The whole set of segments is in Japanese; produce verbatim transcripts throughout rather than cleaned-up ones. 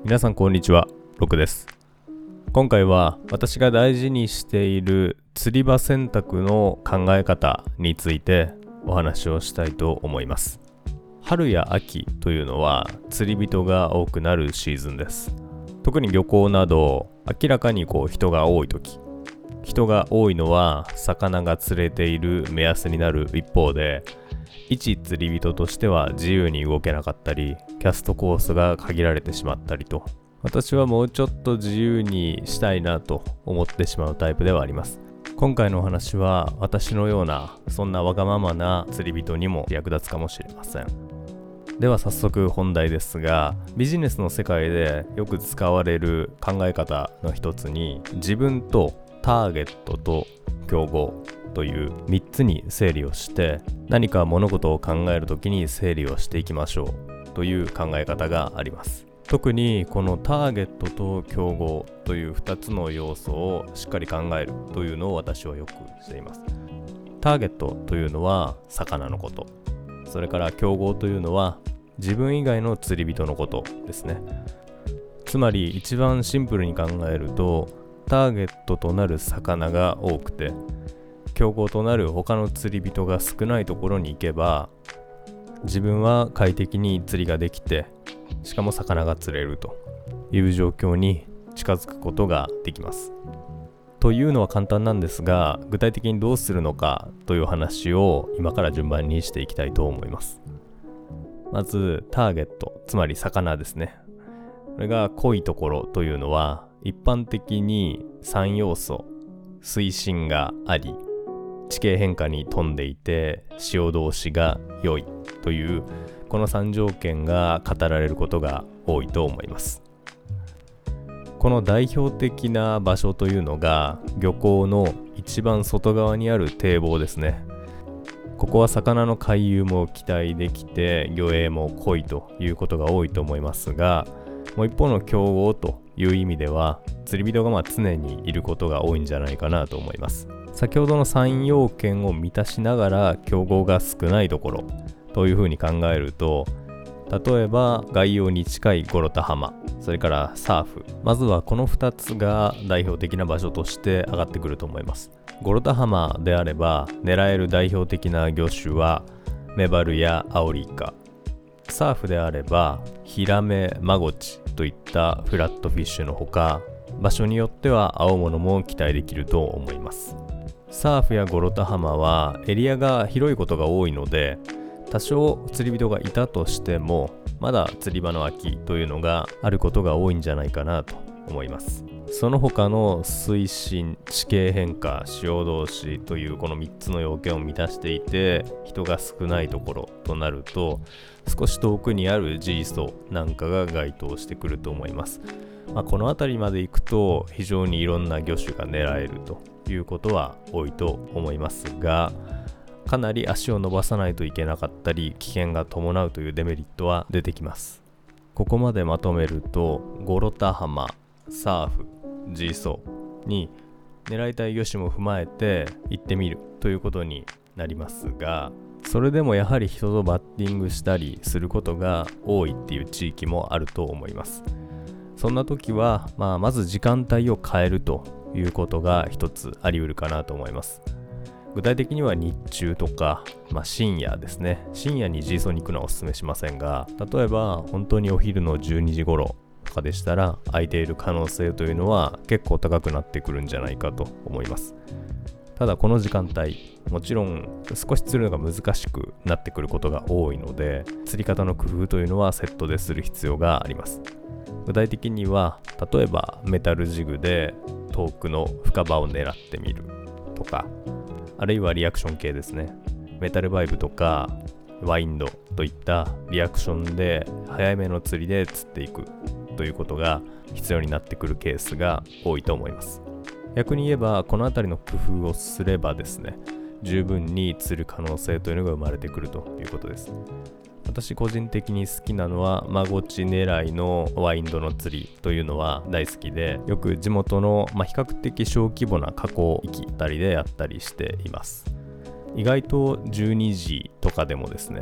皆さんこんにちは、ロクです。今回は私が大事にしている釣り場選択の考え方についてお話をしたいと思います。春や秋というのは釣り人が多くなるシーズンです。特に漁港など明らかにこう人が多い時、人が多いのは魚が釣れている目安になる一方で、一釣り人としては自由に動けなかったり、キャストコースが限られてしまったりと、私はもうちょっと自由にしたいなと思ってしまうタイプではあります。今回のお話は私のようなそんなわがままな釣り人にも役立つかもしれません。では早速本題ですが、ビジネスの世界でよく使われる考え方の一つに、自分とターゲットと競合というみっつに整理をして、何か物事を考えるときに整理をしていきましょうという考え方があります。特にこのターゲットと競合というふたつの要素をしっかり考えるというのを私はよくしています。ターゲットというのは魚のこと、それから競合というのは自分以外の釣り人のことですね。つまり一番シンプルに考えると、ターゲットとなる魚が多くて、競合となる他の釣り人が少ないところに行けば、自分は快適に釣りができて、しかも魚が釣れるという状況に近づくことができます。というのは簡単なんですが、具体的にどうするのかという話を今から順番にしていきたいと思います。まずターゲット、つまり魚ですね。これが濃いところというのは、一般的にさん要素、水深があり、地形変化に富んでいて、潮通しが良いというこのさん条件が語られることが多いと思います。この代表的な場所というのが漁港の一番外側にある堤防ですね。ここは魚の回遊も期待できて、魚影も濃いということが多いと思いますが、もう一方の競合という意味では、釣り人がまあ常にいることが多いんじゃないかなと思います。先ほどのさん要件を満たしながら競合が少ないところというふうに考えると、例えば外洋に近いゴロタ浜、それからサーフ、まずはこのふたつが代表的な場所として上がってくると思います。ゴロタ浜であれば狙える代表的な魚種はメバルやアオリイカ、サーフであればヒラメ、マゴチといったフラットフィッシュのほか、場所によっては青物も期待できると思います。サーフやゴロタ浜はエリアが広いことが多いので、多少釣り人がいたとしてもまだ釣り場の空きというのがあることが多いんじゃないかなと思います。その他の水深、地形変化、潮通しというこのみっつの要件を満たしていて、人が少ないところとなると、少し遠くにある G 層なんかが該当してくると思います。まあ、この辺りまで行くと非常にいろんな魚種が狙えるということは多いと思いますが、かなり足を伸ばさないといけなかったり、危険が伴うというデメリットは出てきます。ここまでまとめると、ゴロタ浜、サーフ、G 層に狙いたい魚種も踏まえて行ってみるということになりますが、それでもやはり人とバッティングしたりすることが多いっていう地域もあると思います。そんな時は、まあ、まず時間帯を変えるということが一つあり得るかなと思います。具体的には日中とか、まあ、深夜ですね。深夜に G 層に行くのはお勧めしませんが、例えば本当にお昼のじゅうにじ頃とかでしたら、空いている可能性というのは結構高くなってくるんじゃないかと思います。ただこの時間帯、もちろん少し釣るのが難しくなってくることが多いので、釣り方の工夫というのはセットでする必要があります。具体的には、例えばメタルジグで遠くの深場を狙ってみるとか、あるいはリアクション系ですね。メタルバイブとかワインドといったリアクションで早めの釣りで釣っていくということが必要になってくるケースが多いと思います。逆に言えば、このあたりの工夫をすればですね、十分に釣る可能性というのが生まれてくるということです。私個人的に好きなのはマゴチ狙いのワインドの釣りというのは大好きで、よく地元の、まあ、比較的小規模な河口域あたりでやったりしています。意外とじゅうにじとかでもですね、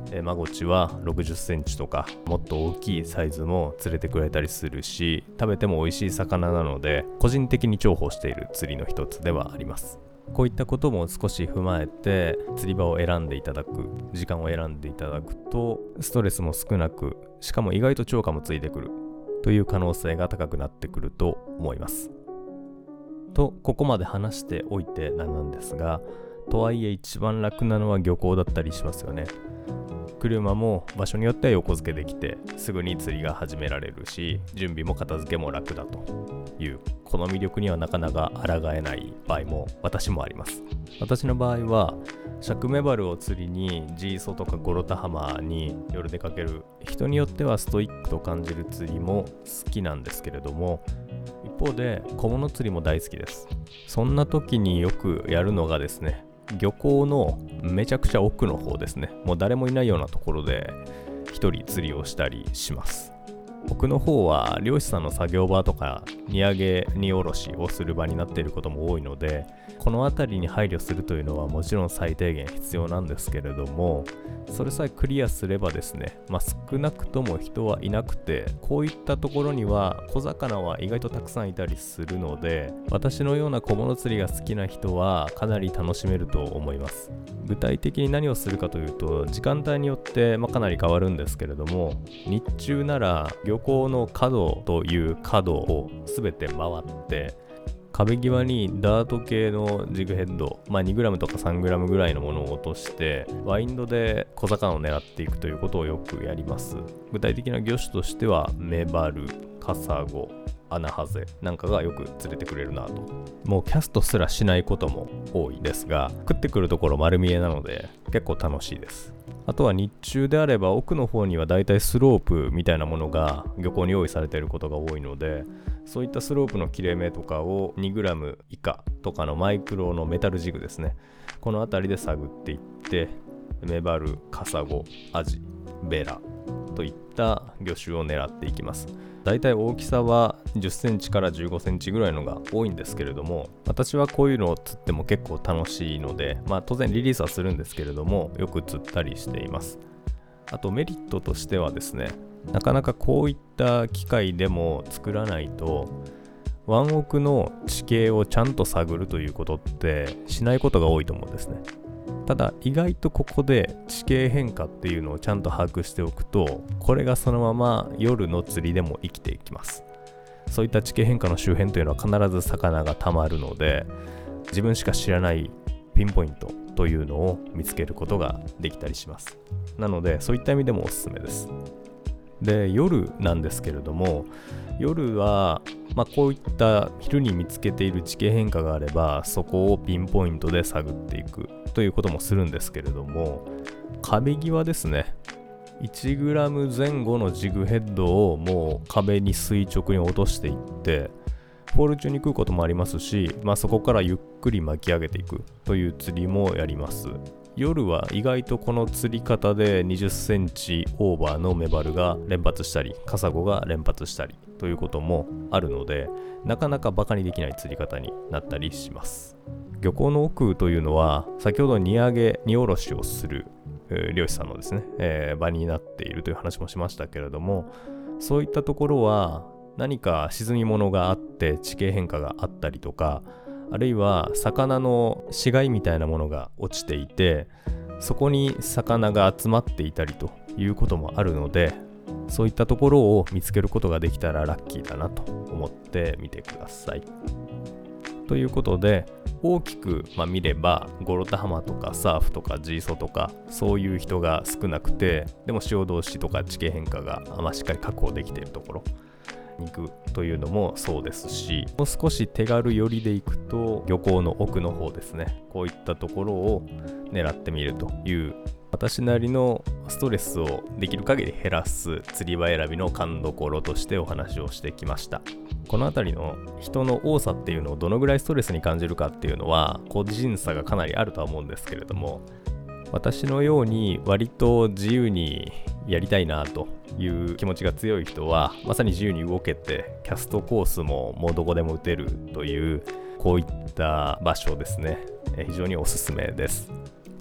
えー、マゴチはろくじゅっセンチとかもっと大きいサイズも釣れてくれたりするし、食べても美味しい魚なので個人的に重宝している釣りの一つではあります。こういったことも少し踏まえて釣り場を選んでいただく、時間を選んでいただくとストレスも少なく、しかも意外と釣果もついてくるという可能性が高くなってくると思います。とここまで話しておいてなんですが、とはいえ一番楽なのは漁港だったりしますよね。車も場所によっては横付けできてすぐに釣りが始められるし、準備も片付けも楽だという、この魅力にはなかなか抗えない場合も私もあります。私の場合は尺メバルを釣りにジーソとかゴロタハマに夜出かける、人によってはストイックと感じる釣りも好きなんですけれども、一方で小物釣りも大好きです。そんな時によくやるのがですね、漁港のめちゃくちゃ奥の方ですね。もう誰もいないようなところで一人釣りをしたりします。奥の方は漁師さんの作業場とか荷揚げ荷下ろしをする場になっていることも多いので、この辺りに配慮するというのはもちろん最低限必要なんですけれども、それさえクリアすればですね、まあ少なくとも人はいなくて、こういったところには小魚は意外とたくさんいたりするので、私のような小物釣りが好きな人はかなり楽しめると思います。具体的に何をするかというと、時間帯によってまあかなり変わるんですけれども、日中なら漁港の角という角を全て回って壁際にダート系のジグヘッド、まあ にグラム とか さんグラム ぐらいのものを落としてワインドで小魚を狙っていくということをよくやります。具体的な魚種としてはメバル、カサゴ、アナハゼなんかがよく釣れてくれるなと。もうキャストすらしないことも多いですが、食ってくるところ丸見えなので結構楽しいです。あとは日中であれば奥の方にはだいたいスロープみたいなものが漁港に用意されていることが多いので、そういったスロープの切れ目とかを にグラム 以下とかのマイクロのメタルジグですね、この辺りで探っていって、メバル、カサゴ、アジ、ベラといった魚種を狙っていきます。だいたい大きさはじゅっセンチからじゅうごセンチぐらいのが多いんですけれども、私はこういうのを釣っても結構楽しいので、まあ当然リリースはするんですけれども、よく釣ったりしています。あとメリットとしてはですね、なかなかこういった機械でも作らないと湾奥の地形をちゃんと探るということってしないことが多いと思うんですね。ただ意外とここで地形変化っていうのをちゃんと把握しておくと、これがそのまま夜の釣りでも生きていきます。そういった地形変化の周辺というのは必ず魚がたまるので、自分しか知らないピンポイントというのを見つけることができたりします。なのでそういった意味でもおすすめです。で、夜なんですけれども、夜は、まあ、こういった昼に見つけている地形変化があれば、そこをピンポイントで探っていくということもするんですけれども、壁際ですね、いちグラム 前後のジグヘッドをもう壁に垂直に落としていって、フォール中に食うこともありますし、まあ、そこからゆっくり巻き上げていくという釣りもやります。夜は意外とこの釣り方でにじゅっセンチオーバーのメバルが連発したり、カサゴが連発したりということもあるので、なかなかバカにできない釣り方になったりします。漁港の奥というのは先ほど荷揚げ荷下ろしをする、えー、漁師さんのですね、えー、場になっているという話もしましたけれども、そういったところは何か沈み物があって地形変化があったりとか、あるいは魚の死骸みたいなものが落ちていて、そこに魚が集まっていたりということもあるので、そういったところを見つけることができたらラッキーだなと思ってみてください。ということで、大きく、まあ、見ればゴロタハマとかサーフとかジーソとかそういう人が少なくて、でも潮通しとか地形変化が、まあ、しっかり確保できているところに行くというのもそうですし、もう少し手軽寄りで行くと漁港の奥の方ですね、こういったところを狙ってみるという、私なりのストレスをできる限り減らす釣り場選びの勘どころとしてお話をしてきました。このあたりの人の多さっていうのをどのぐらいストレスに感じるかっていうのは個人差がかなりあるとは思うんですけれども、私のように割と自由にやりたいなという気持ちが強い人はまさに自由に動けて、キャストコースももうどこでも打てるという、こういった場所ですね、非常におすすめです。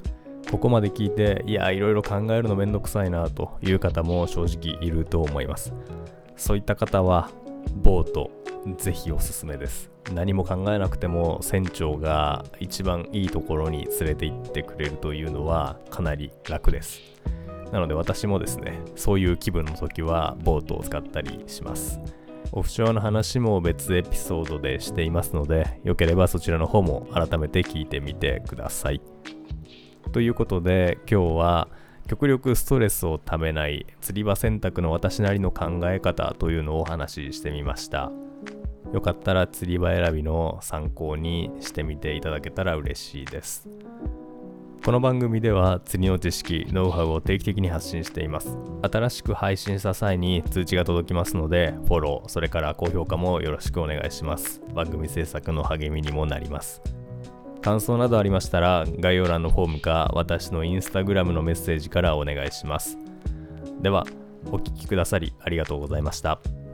ここまで聞いて、いやいろいろ考えるのめんどくさいなという方も正直いると思います。そういった方はボートぜひおすすめです。何も考えなくても船長が一番いいところに連れて行ってくれるというのはかなり楽です。なので私もですね、そういう気分の時はボートを使ったりします。オフショアの話も別エピソードでしていますので、よければそちらの方も改めて聞いてみてください。ということで今日は極力ストレスをためない釣り場選択の私なりの考え方というのをお話ししてみました。よかったら釣り場選びの参考にしてみていただけたら嬉しいです。この番組では釣りの知識、ノウハウを定期的に発信しています。新しく配信した際に通知が届きますので、フォロー、それから高評価もよろしくお願いします。番組制作の励みにもなります。感想などありましたら、概要欄のフォームか私のインスタグラムのメッセージからお願いします。では、お聞きくださりありがとうございました。